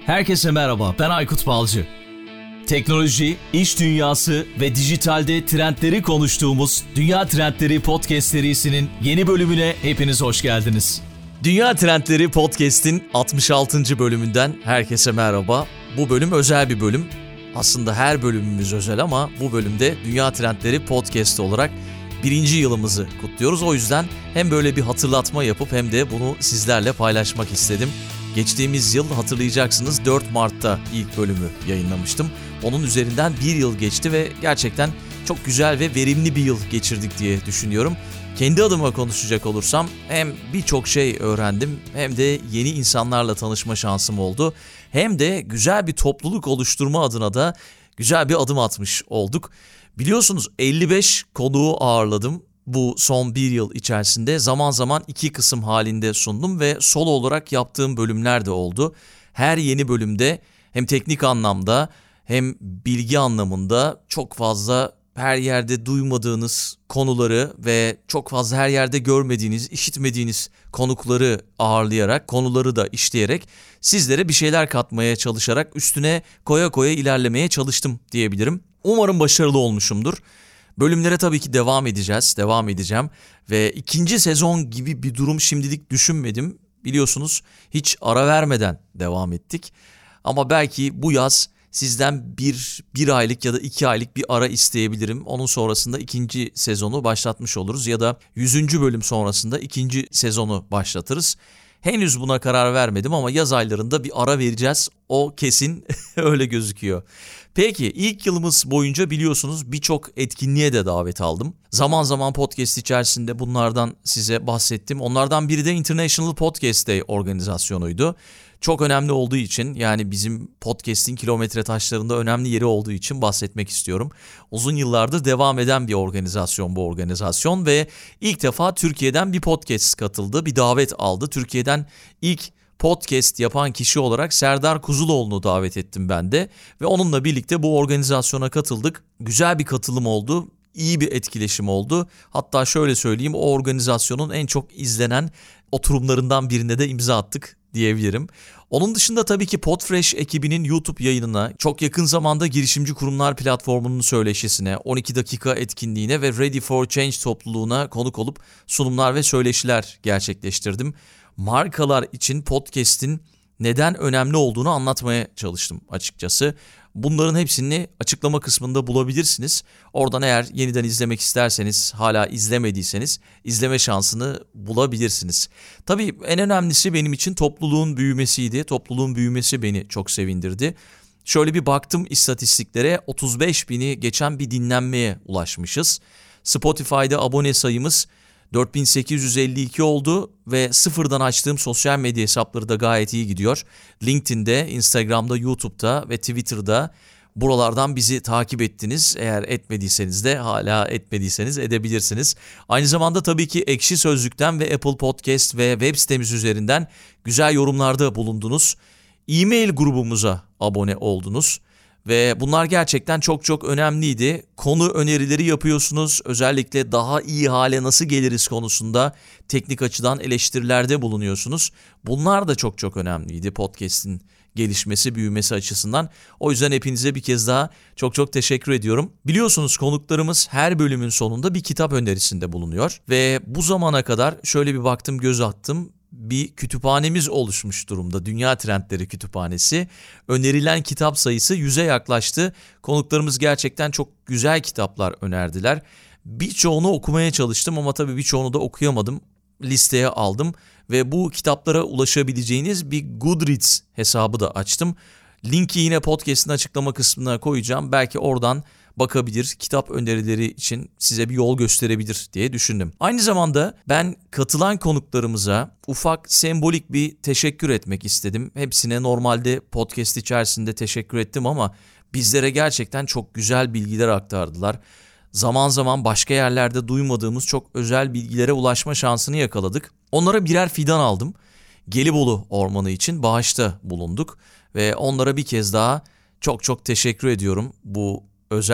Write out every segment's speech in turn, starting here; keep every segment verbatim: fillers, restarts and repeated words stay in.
Herkese merhaba, ben Aykut Balcı. Teknoloji, iş dünyası ve dijitalde trendleri konuştuğumuz Dünya Trendleri Podcast serisinin yeni bölümüne hepiniz hoş geldiniz. Dünya Trendleri Podcast'in altmış altıncı bölümünden herkese merhaba. Bu bölüm özel bir bölüm. Aslında her bölümümüz özel ama bu bölümde Dünya Trendleri Podcast olarak birinci yılımızı kutluyoruz. O yüzden hem böyle bir hatırlatma yapıp hem de bunu sizlerle paylaşmak istedim. Geçtiğimiz yıl hatırlayacaksınız dört Mart'ta ilk bölümü yayınlamıştım. Onun üzerinden bir yıl geçti ve gerçekten çok güzel ve verimli bir yıl geçirdik diye düşünüyorum. Kendi adıma konuşacak olursam hem birçok şey öğrendim hem de yeni insanlarla tanışma şansım oldu. Hem de güzel bir topluluk oluşturma adına da güzel bir adım atmış olduk. Biliyorsunuz elli beş konuğu ağırladım. Bu son bir yıl içerisinde zaman zaman iki kısım halinde sundum ve solo olarak yaptığım bölümler de oldu. Her yeni bölümde hem teknik anlamda hem bilgi anlamında çok fazla her yerde duymadığınız konuları ve çok fazla her yerde görmediğiniz, işitmediğiniz konukları ağırlayarak, konuları da işleyerek sizlere bir şeyler katmaya çalışarak üstüne koya koya ilerlemeye çalıştım diyebilirim. Umarım başarılı olmuşumdur. Bölümlere tabii ki devam edeceğiz, devam edeceğim ve ikinci sezon gibi bir durum şimdilik düşünmedim. Biliyorsunuz hiç ara vermeden devam ettik. Ama belki bu yaz sizden bir, bir aylık ya da iki aylık bir ara isteyebilirim. Onun sonrasında ikinci sezonu başlatmış oluruz ya da yüzüncü bölüm sonrasında ikinci sezonu başlatırız. Henüz buna karar vermedim ama yaz aylarında bir ara vereceğiz. O kesin öyle gözüküyor. Peki ilk yılımız boyunca biliyorsunuz birçok etkinliğe de davet aldım. Zaman zaman podcast içerisinde bunlardan size bahsettim. Onlardan biri de International Podcast Day organizasyonuydu. Çok önemli olduğu için, yani bizim podcast'in kilometre taşlarında önemli yeri olduğu için bahsetmek istiyorum. Uzun yıllardır devam eden bir organizasyon bu organizasyon ve ilk defa Türkiye'den bir podcast katıldı, bir davet aldı. Türkiye'den ilk podcast yapan kişi olarak Serdar Kuzuloğlu'nu davet ettim ben de ve onunla birlikte bu organizasyona katıldık. Güzel bir katılım oldu, iyi bir etkileşim oldu. Hatta şöyle söyleyeyim, o organizasyonun en çok izlenen oturumlarından birine de imza attık diyebilirim. Onun dışında tabii ki Podfresh ekibinin YouTube yayınına, çok yakın zamanda girişimci kurumlar platformunun söyleşisine, on iki dakika etkinliğine ve Ready for Change topluluğuna konuk olup sunumlar ve söyleşiler gerçekleştirdim. Markalar için podcast'in neden önemli olduğunu anlatmaya çalıştım açıkçası. Bunların hepsini açıklama kısmında bulabilirsiniz. Oradan eğer yeniden izlemek isterseniz, hala izlemediyseniz izleme şansını bulabilirsiniz. Tabii en önemlisi benim için topluluğun büyümesiydi. Topluluğun büyümesi beni çok sevindirdi. Şöyle bir baktım istatistiklere, otuz beş bini geçen bir dinlenmeye ulaşmışız. Spotify'da abone sayımız dört bin sekiz yüz elli iki oldu ve sıfırdan açtığım sosyal medya hesapları da gayet iyi gidiyor. LinkedIn'de, Instagram'da, YouTube'da ve Twitter'da buralardan bizi takip ettiniz. Eğer etmediyseniz de hala etmediyseniz edebilirsiniz. Aynı zamanda tabii ki Ekşi Sözlük'ten ve Apple Podcast ve web sitemiz üzerinden güzel yorumlarda bulundunuz. E-mail grubumuza abone oldunuz. Ve bunlar gerçekten çok çok önemliydi. Konu önerileri yapıyorsunuz. Özellikle daha iyi hale nasıl geliriz konusunda teknik açıdan eleştirilerde bulunuyorsunuz. Bunlar da çok çok önemliydi podcast'in gelişmesi, büyümesi açısından. O yüzden hepinize bir kez daha çok çok teşekkür ediyorum. Biliyorsunuz konuklarımız her bölümün sonunda bir kitap önerisinde bulunuyor. Ve bu zamana kadar şöyle bir baktım, göz attım. Bir kütüphanemiz oluşmuş durumda. Dünya Trendleri Kütüphanesi. Önerilen kitap sayısı yüze yaklaştı. Konuklarımız gerçekten çok güzel kitaplar önerdiler. Birçoğunu okumaya çalıştım ama tabii birçoğunu da okuyamadım. Listeye aldım ve bu kitaplara ulaşabileceğiniz bir Goodreads hesabı da açtım. Linki yine podcast'in açıklama kısmına koyacağım. Belki oradan bakabilir, kitap önerileri için size bir yol gösterebilir diye düşündüm. Aynı zamanda ben katılan konuklarımıza ufak sembolik bir teşekkür etmek istedim. Hepsine normalde podcast içerisinde teşekkür ettim ama bizlere gerçekten çok güzel bilgiler aktardılar. Zaman zaman başka yerlerde duymadığımız çok özel bilgilere ulaşma şansını yakaladık. Onlara birer fidan aldım. Gelibolu Ormanı için bağışta bulunduk ve onlara bir kez daha çok çok teşekkür ediyorum bu özel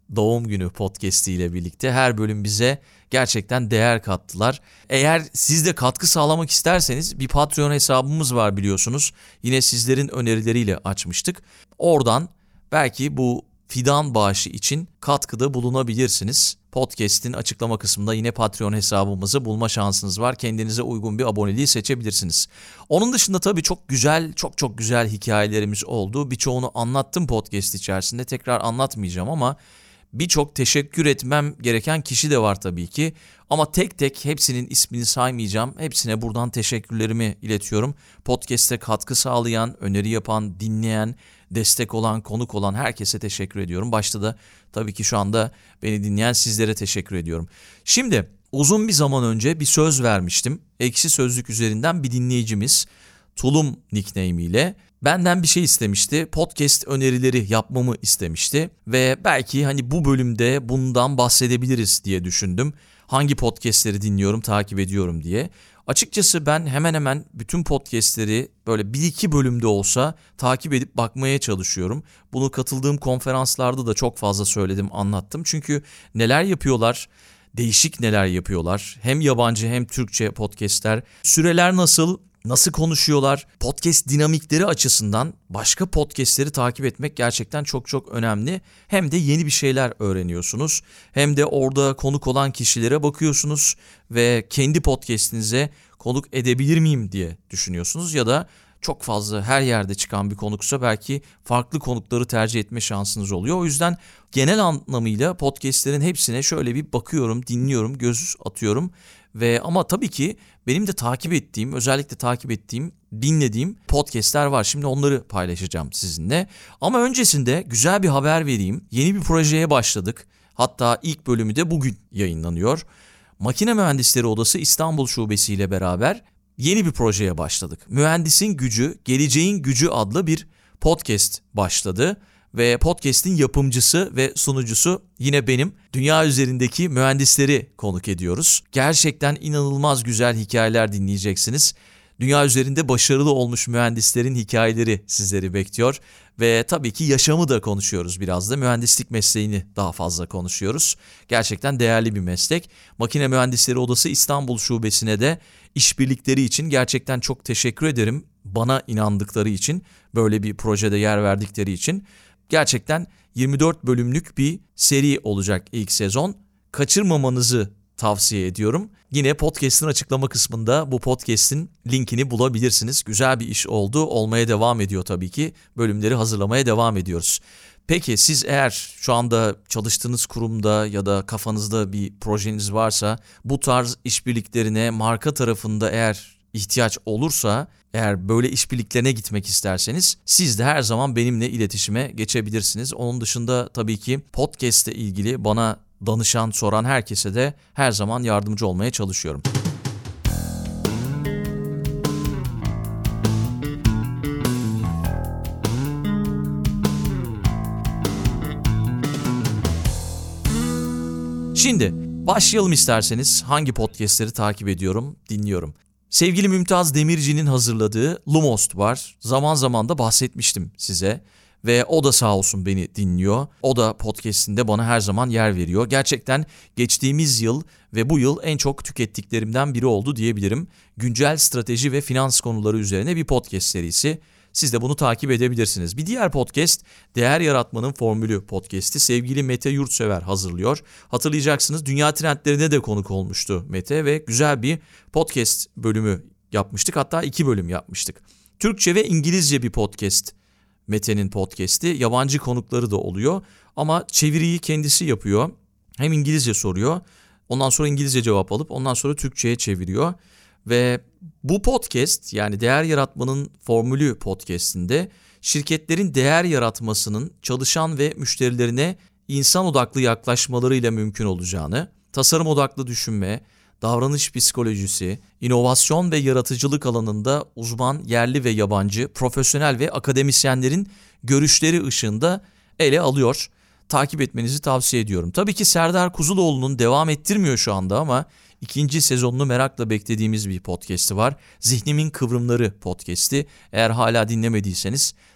doğum günü podcast'i ile birlikte her bölüm bize gerçekten değer kattılar. Eğer siz de katkı sağlamak isterseniz bir Patreon hesabımız var biliyorsunuz. Yine sizlerin önerileriyle açmıştık. Oradan belki bu fidan bağışı için katkıda bulunabilirsiniz. Podcast'in açıklama kısmında yine Patreon hesabımızı bulma şansınız var. Kendinize uygun bir aboneliği seçebilirsiniz. Onun dışında tabii çok güzel, çok çok güzel hikayelerimiz oldu. Birçoğunu anlattım podcast içerisinde. Tekrar anlatmayacağım ama birçok teşekkür etmem gereken kişi de var tabii ki. Ama tek tek hepsinin ismini saymayacağım. Hepsine buradan teşekkürlerimi iletiyorum. Podcast'e katkı sağlayan, öneri yapan, dinleyen, destek olan, konuk olan herkese teşekkür ediyorum. Başta da tabii ki şu anda beni dinleyen sizlere teşekkür ediyorum. Şimdi uzun bir zaman önce bir söz vermiştim. Ekşi Sözlük üzerinden bir dinleyicimiz Tulum nickname ile benden bir şey istemişti. Podcast önerileri yapmamı istemişti ve belki hani bu bölümde bundan bahsedebiliriz diye düşündüm. Hangi podcastleri dinliyorum, takip ediyorum diye. Açıkçası ben hemen hemen bütün podcastleri böyle bir iki bölümde olsa takip edip bakmaya çalışıyorum. Bunu katıldığım konferanslarda da çok fazla söyledim, anlattım. Çünkü neler yapıyorlar, değişik neler yapıyorlar. Hem yabancı hem Türkçe podcastler. Süreler nasıl? Nasıl konuşuyorlar? Podcast dinamikleri açısından başka podcastleri takip etmek gerçekten çok çok önemli. Hem de yeni bir şeyler öğreniyorsunuz. Hem de orada konuk olan kişilere bakıyorsunuz ve kendi podcastinize konuk edebilir miyim diye düşünüyorsunuz. Ya da çok fazla her yerde çıkan bir konuksa belki farklı konukları tercih etme şansınız oluyor. O yüzden genel anlamıyla podcastlerin hepsine şöyle bir bakıyorum, dinliyorum, göz atıyorum. Ve ama tabii ki benim de takip ettiğim, özellikle takip ettiğim, dinlediğim podcastler var. Şimdi onları paylaşacağım sizinle. Ama öncesinde güzel bir haber vereyim. Yeni bir projeye başladık. Hatta ilk bölümü de bugün yayınlanıyor. Makine Mühendisleri Odası İstanbul Şubesi ile beraber yeni bir projeye başladık. Mühendisin Gücü, Geleceğin Gücü adlı bir podcast başladı. Ve podcast'in yapımcısı ve sunucusu yine benim. Dünya üzerindeki mühendisleri konuk ediyoruz. Gerçekten inanılmaz güzel hikayeler dinleyeceksiniz. Dünya üzerinde başarılı olmuş mühendislerin hikayeleri sizleri bekliyor. Ve tabii ki yaşamı da konuşuyoruz biraz da. Mühendislik mesleğini daha fazla konuşuyoruz. Gerçekten değerli bir meslek. Makine Mühendisleri Odası İstanbul Şubesi'ne de işbirlikleri için gerçekten çok teşekkür ederim. Bana inandıkları için, böyle bir projede yer verdikleri için. Gerçekten yirmi dört bölümlük bir seri olacak ilk sezon. Kaçırmamanızı tavsiye ediyorum. Yine podcast'in açıklama kısmında bu podcast'in linkini bulabilirsiniz. Güzel bir iş oldu. Olmaya devam ediyor tabii ki. Bölümleri hazırlamaya devam ediyoruz. Peki siz eğer şu anda çalıştığınız kurumda ya da kafanızda bir projeniz varsa, bu tarz işbirliklerine marka tarafında eğer ihtiyaç olursa, eğer böyle işbirliklerine gitmek isterseniz siz de her zaman benimle iletişime geçebilirsiniz. Onun dışında tabii ki podcast ile ilgili bana danışan, soran herkese de her zaman yardımcı olmaya çalışıyorum. Şimdi başlayalım isterseniz. Hangi podcastleri takip ediyorum, dinliyorum. Sevgili Mümtaz Demirci'nin hazırladığı Lumos var. Zaman zaman da bahsetmiştim size. Ve o da sağ olsun beni dinliyor. O da podcast'inde bana her zaman yer veriyor. Gerçekten geçtiğimiz yıl ve bu yıl en çok tükettiklerimden biri oldu diyebilirim. Güncel strateji ve finans konuları üzerine bir podcast serisi. Siz de bunu takip edebilirsiniz. Bir diğer podcast Değer Yaratmanın Formülü podcast'i sevgili Mete Yurtsever hazırlıyor. Hatırlayacaksınız dünya trendlerine de konuk olmuştu Mete ve güzel bir podcast bölümü yapmıştık. Hatta iki bölüm yapmıştık. Türkçe ve İngilizce bir podcast Mete'nin podcast'i. Yabancı konukları da oluyor ama çeviriyi kendisi yapıyor. Hem İngilizce soruyor, ondan sonra İngilizce cevap alıp ondan sonra Türkçe'ye çeviriyor. Ve bu podcast, yani Değer Yaratmanın Formülü podcast'inde şirketlerin değer yaratmasının çalışan ve müşterilerine insan odaklı yaklaşmalarıyla mümkün olacağını, tasarım odaklı düşünme, davranış psikolojisi, inovasyon ve yaratıcılık alanında uzman yerli ve yabancı, profesyonel ve akademisyenlerin görüşleri ışığında ele alıyor. Takip etmenizi tavsiye ediyorum. Tabii ki Serdar Kuzuloğlu'nun devam ettirmiyor şu anda ama ikinci sezonunu merakla beklediğimiz bir podcast'i var. Zihnimin Kıvrımları podcast'i. Eğer hala dinlemediyseniz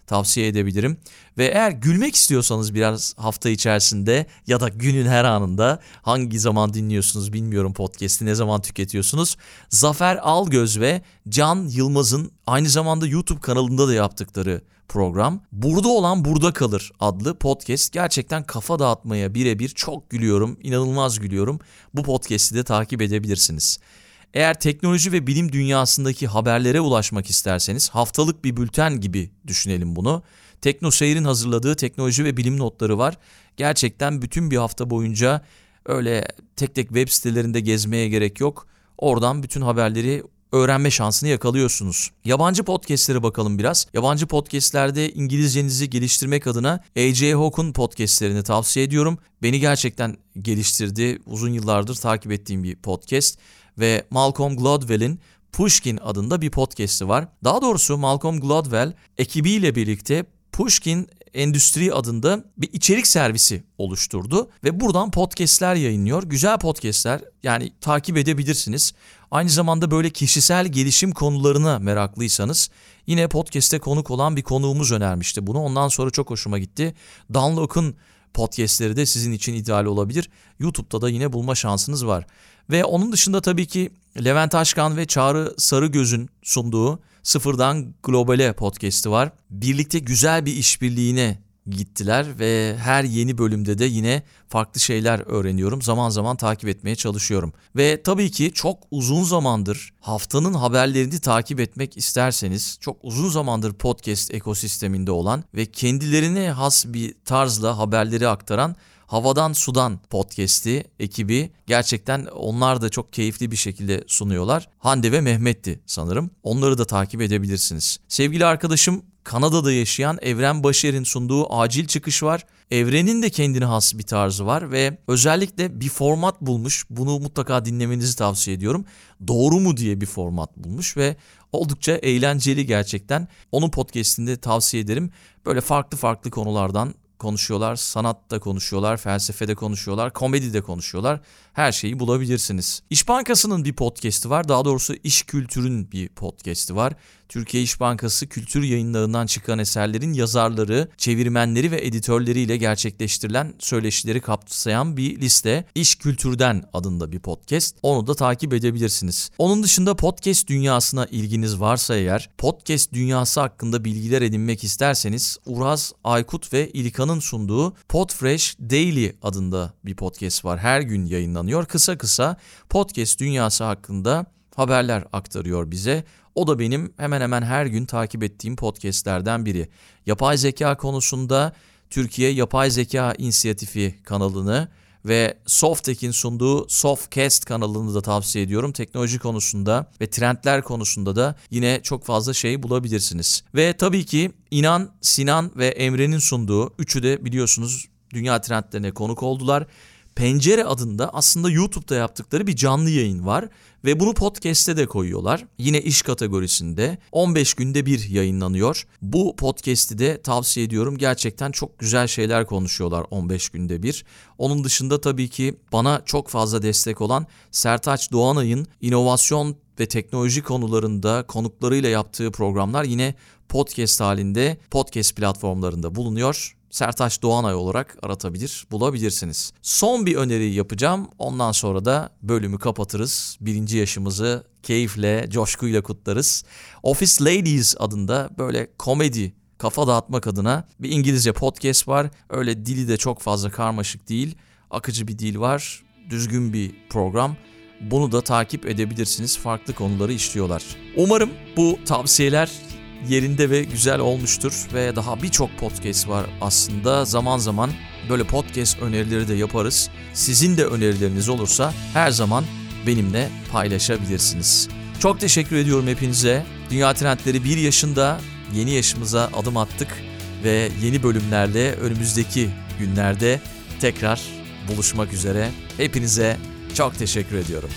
tavsiye edebilirim. Ve eğer gülmek istiyorsanız biraz hafta içerisinde ya da günün her anında, hangi zaman dinliyorsunuz bilmiyorum podcast'i, ne zaman tüketiyorsunuz, Zafer Algöz ve Can Yılmaz'ın aynı zamanda YouTube kanalında da yaptıkları program Burada Olan Burada Kalır adlı podcast. Gerçekten kafa dağıtmaya birebir, çok gülüyorum, inanılmaz gülüyorum. Bu podcast'i de takip edebilirsiniz. Eğer teknoloji ve bilim dünyasındaki haberlere ulaşmak isterseniz haftalık bir bülten gibi düşünelim bunu. TeknoSeyir'in hazırladığı teknoloji ve bilim notları var. Gerçekten bütün bir hafta boyunca öyle tek tek web sitelerinde gezmeye gerek yok. Oradan bütün haberleri öğrenme şansını yakalıyorsunuz. Yabancı podcastlere bakalım biraz. Yabancı podcastlerde İngilizcenizi geliştirmek adına A J Hawke'un podcastlerini tavsiye ediyorum. Beni gerçekten geliştirdi. Uzun yıllardır takip ettiğim bir podcast. Ve Malcolm Gladwell'in Pushkin adında bir podcast'i var. Daha doğrusu Malcolm Gladwell ekibiyle birlikte Pushkin Endüstri adında bir içerik servisi oluşturdu ve buradan podcastler yayınlıyor. Güzel podcastler, yani takip edebilirsiniz. Aynı zamanda böyle kişisel gelişim konularına meraklıysanız yine podcast'te konuk olan bir konuğumuz önermişti bunu. Ondan sonra çok hoşuma gitti. Dan Locke'un podcastleri de sizin için ideal olabilir. YouTube'da da yine bulma şansınız var. Ve onun dışında tabii ki Levent Aşkan ve Çağrı Sarıgöz'ün sunduğu Sıfırdan Globale podcast'i var. Birlikte güzel bir işbirliğine gittiler ve her yeni bölümde de yine farklı şeyler öğreniyorum. Zaman zaman takip etmeye çalışıyorum. Ve tabii ki çok uzun zamandır haftanın haberlerini takip etmek isterseniz, çok uzun zamandır podcast ekosisteminde olan ve kendilerine has bir tarzla haberleri aktaran Havadan Sudan podcast'i ekibi, gerçekten onlar da çok keyifli bir şekilde sunuyorlar. Hande ve Mehmet'ti sanırım. Onları da takip edebilirsiniz. Sevgili arkadaşım Kanada'da yaşayan Evren Başer'in sunduğu Acil Çıkış var. Evren'in de kendine has bir tarzı var ve özellikle bir format bulmuş. Bunu mutlaka dinlemenizi tavsiye ediyorum. Doğru mu diye bir format bulmuş ve oldukça eğlenceli gerçekten. Onun podcast'ini de tavsiye ederim. Böyle farklı farklı konulardan konuşuyorlar, sanatta konuşuyorlar, felsefede konuşuyorlar, komedide konuşuyorlar. Her şeyi bulabilirsiniz. İş Bankası'nın bir podcast'i var. Daha doğrusu İş Kültür'ün bir podcast'i var. Türkiye İş Bankası kültür yayınlarından çıkan eserlerin yazarları, çevirmenleri ve editörleriyle gerçekleştirilen söyleşileri kapsayan bir liste. İş Kültür'den adında bir podcast. Onu da takip edebilirsiniz. Onun dışında podcast dünyasına ilginiz varsa eğer, podcast dünyası hakkında bilgiler edinmek isterseniz Uraz, Aykut ve İlkan'ın sunduğu Podfresh Daily adında bir podcast var. Her gün yayınlanıyor. Kısa kısa podcast dünyası hakkında haberler aktarıyor bize. O da benim hemen hemen her gün takip ettiğim podcastlerden biri. Yapay zeka konusunda Türkiye Yapay Zeka İnisiyatifi kanalını ve Softek'in sunduğu Softcast kanalını da tavsiye ediyorum. Teknoloji konusunda ve trendler konusunda da yine çok fazla şey bulabilirsiniz. Ve tabii ki İnan, Sinan ve Emre'nin sunduğu, üçü de biliyorsunuz dünya trendlerine konuk oldular. Pencere adında aslında YouTube'da yaptıkları bir canlı yayın var ve bunu podcast'te de koyuyorlar. Yine iş kategorisinde on beş günde bir yayınlanıyor. Bu podcast'i de tavsiye ediyorum. Gerçekten çok güzel şeyler konuşuyorlar on beş günde bir. Onun dışında tabii ki bana çok fazla destek olan Sertaç Doğanay'ın inovasyon ve teknoloji konularında konuklarıyla yaptığı programlar yine podcast halinde podcast platformlarında bulunuyor. Sertaç Doğanay olarak aratabilir, bulabilirsiniz. Son bir öneri yapacağım. Ondan sonra da bölümü kapatırız. Birinci yaşımızı keyifle, coşkuyla kutlarız. Office Ladies adında böyle komedi, kafa dağıtmak adına bir İngilizce podcast var. Öyle dili de çok fazla karmaşık değil. Akıcı bir dil var. Düzgün bir program. Bunu da takip edebilirsiniz. Farklı konuları işliyorlar. Umarım bu tavsiyeler yerinde ve güzel olmuştur ve daha birçok podcast var aslında. Zaman zaman böyle podcast önerileri de yaparız. Sizin de önerileriniz olursa her zaman benimle paylaşabilirsiniz. Çok teşekkür ediyorum hepinize. Dünya Trendleri bir yaşında, yeni yaşımıza adım attık ve yeni bölümlerde önümüzdeki günlerde tekrar buluşmak üzere. Hepinize çok teşekkür ediyorum.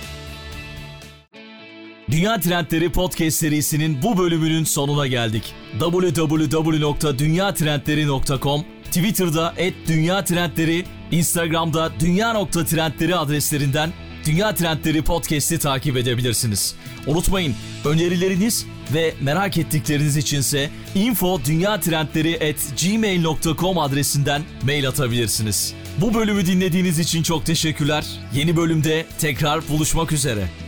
Dünya Trendleri Podcast serisinin bu bölümünün sonuna geldik. double-u double-u double-u nokta dünya trendleri nokta com, Twitter'da et dünya trendleri, Instagram'da dünya nokta trendleri adreslerinden Dünya Trendleri Podcast'i takip edebilirsiniz. Unutmayın, önerileriniz ve merak ettikleriniz içinse info dünyatrendleri at gmail nokta com adresinden mail atabilirsiniz. Bu bölümü dinlediğiniz için çok teşekkürler. Yeni bölümde tekrar buluşmak üzere.